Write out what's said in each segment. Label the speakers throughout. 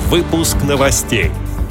Speaker 1: Выпуск новостей.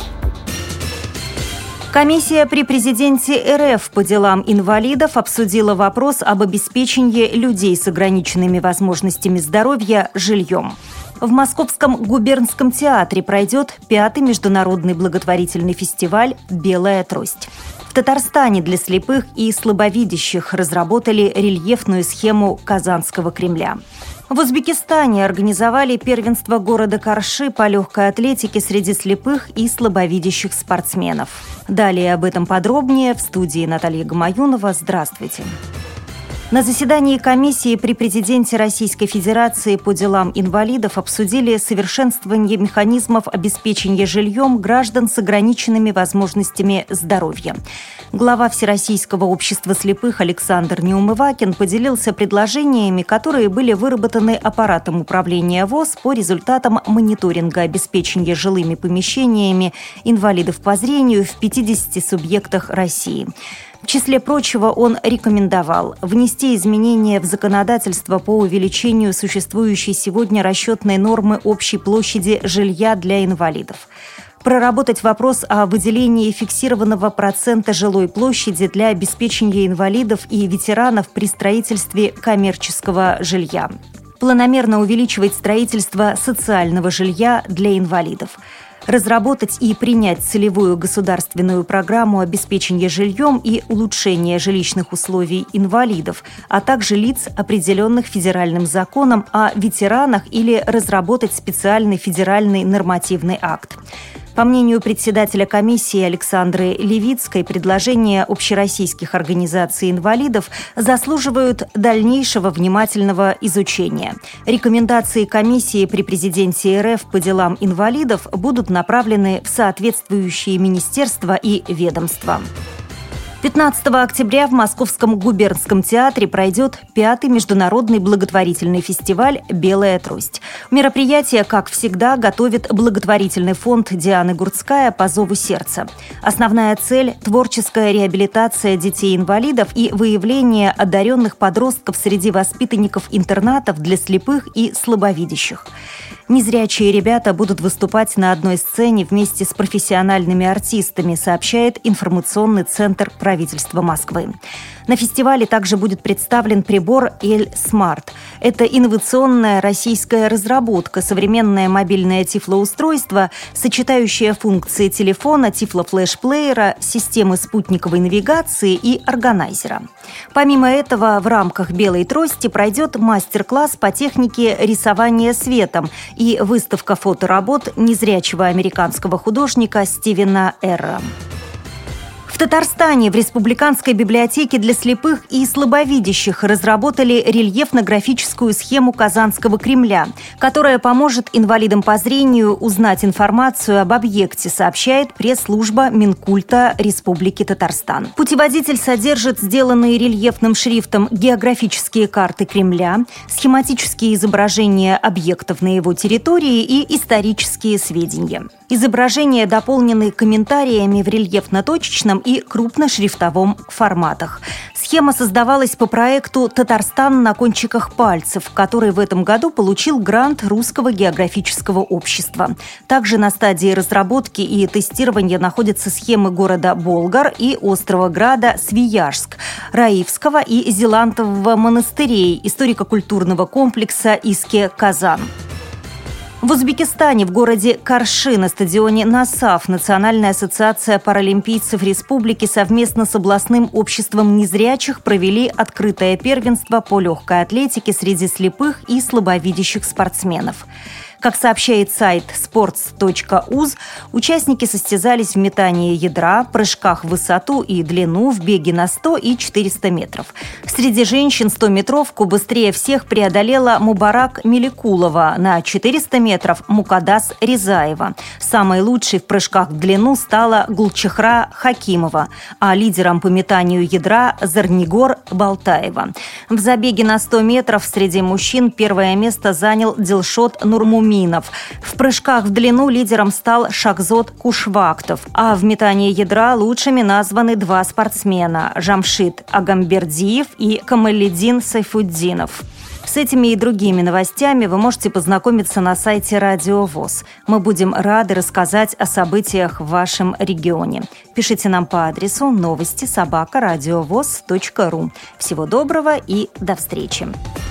Speaker 2: Комиссия при президенте РФ по делам инвалидов обсудила вопрос об обеспечении людей с ограниченными возможностями здоровья жильем. В Московском губернском театре пройдет 5-й международный благотворительный фестиваль «Белая трость». В Татарстане для слепых и слабовидящих разработали рельефную схему Казанского Кремля. В Узбекистане организовали первенство города Карши по легкой атлетике среди слепых и слабовидящих спортсменов. Далее об этом подробнее в студии Наталья Гамаюнова. Здравствуйте. На заседании комиссии при президенте Российской Федерации по делам инвалидов обсудили совершенствование механизмов обеспечения жильем граждан с ограниченными возможностями здоровья. Глава Всероссийского общества слепых Александр Неумывакин поделился предложениями, которые были выработаны аппаратом управления ВОС по результатам мониторинга обеспечения жилыми помещениями инвалидов по зрению в 50 субъектах России. В числе прочего, он рекомендовал внести изменения в законодательство по увеличению существующей сегодня расчетной нормы общей площади жилья для инвалидов, проработать вопрос о выделении фиксированного процента жилой площади для обеспечения инвалидов и ветеранов при строительстве коммерческого жилья, планомерно увеличивать строительство социального жилья для инвалидов, разработать и принять целевую государственную программу обеспечения жильем и улучшения жилищных условий инвалидов, а также лиц, определенных федеральным законом о ветеранах, или разработать специальный федеральный нормативный акт. По мнению председателя комиссии Александры Левицкой, предложения общероссийских организаций инвалидов заслуживают дальнейшего внимательного изучения. Рекомендации комиссии при президенте РФ по делам инвалидов будут направлены в соответствующие министерства и ведомства. 15 октября в Московском губернском театре пройдет 5-й международный благотворительный фестиваль «Белая трость». Мероприятие, как всегда, готовит благотворительный фонд Дианы Гурцкая «По зову сердца». Основная цель – творческая реабилитация детей-инвалидов и выявление одаренных подростков среди воспитанников интернатов для слепых и слабовидящих. Незрячие ребята будут выступать на одной сцене вместе с профессиональными артистами, сообщает информационный центр правительства Москвы. На фестивале также будет представлен прибор L-Smart. Это инновационная российская разработка, современное мобильное тифлоустройство, сочетающее функции телефона, тифлофлешплеера, системы спутниковой навигации и органайзера. Помимо этого, в рамках «Белой трости» пройдет мастер-класс по технике рисования светом и выставка фоторабот незрячего американского художника Стивена Эрра. В Татарстане в Республиканской библиотеке для слепых и слабовидящих разработали рельефно-графическую схему Казанского Кремля, которая поможет инвалидам по зрению узнать информацию об объекте, сообщает пресс-служба Минкульта Республики Татарстан. Путеводитель содержит сделанные рельефным шрифтом географические карты Кремля, схематические изображения объектов на его территории и исторические сведения. Изображения дополнены комментариями в рельефно-точечном и крупношрифтовом форматах. Схема создавалась по проекту «Татарстан на кончиках пальцев», который в этом году получил грант Русского географического общества. Также на стадии разработки и тестирования находятся схемы города Болгар и острова Града Свияжск, Раивского и Зелантового монастырей, историко-культурного комплекса Иске-Казан. В Узбекистане в городе Карши на стадионе Насаф Национальная ассоциация паралимпийцев республики совместно с областным обществом незрячих провели открытое первенство по легкой атлетике среди слепых и слабовидящих спортсменов. Как сообщает сайт sports.uz, участники состязались в метании ядра, прыжках в высоту и длину, в беге на 100 и 400 метров. Среди женщин 100-метровку быстрее всех преодолела Мубарак Меликулова, на 400 метров – Мукадас Ризаева. Самой лучшей в прыжках в длину стала Гулчехра Хакимова, а лидером по метанию ядра – Зарнигор Балтаева. В забеге на 100 метров среди мужчин первое место занял Дилшот Нурмуминов. В прыжках в длину лидером стал Шахзод Кушвактов, а в метании ядра лучшими названы два спортсмена – Жамшид Агамбердиев и Камаледин Сайфуддинов. С этими и другими новостями вы можете познакомиться на сайте Радио ВОС. Мы будем рады рассказать о событиях в вашем регионе. Пишите нам по адресу новости@радиовос.ру. Всего доброго и до встречи!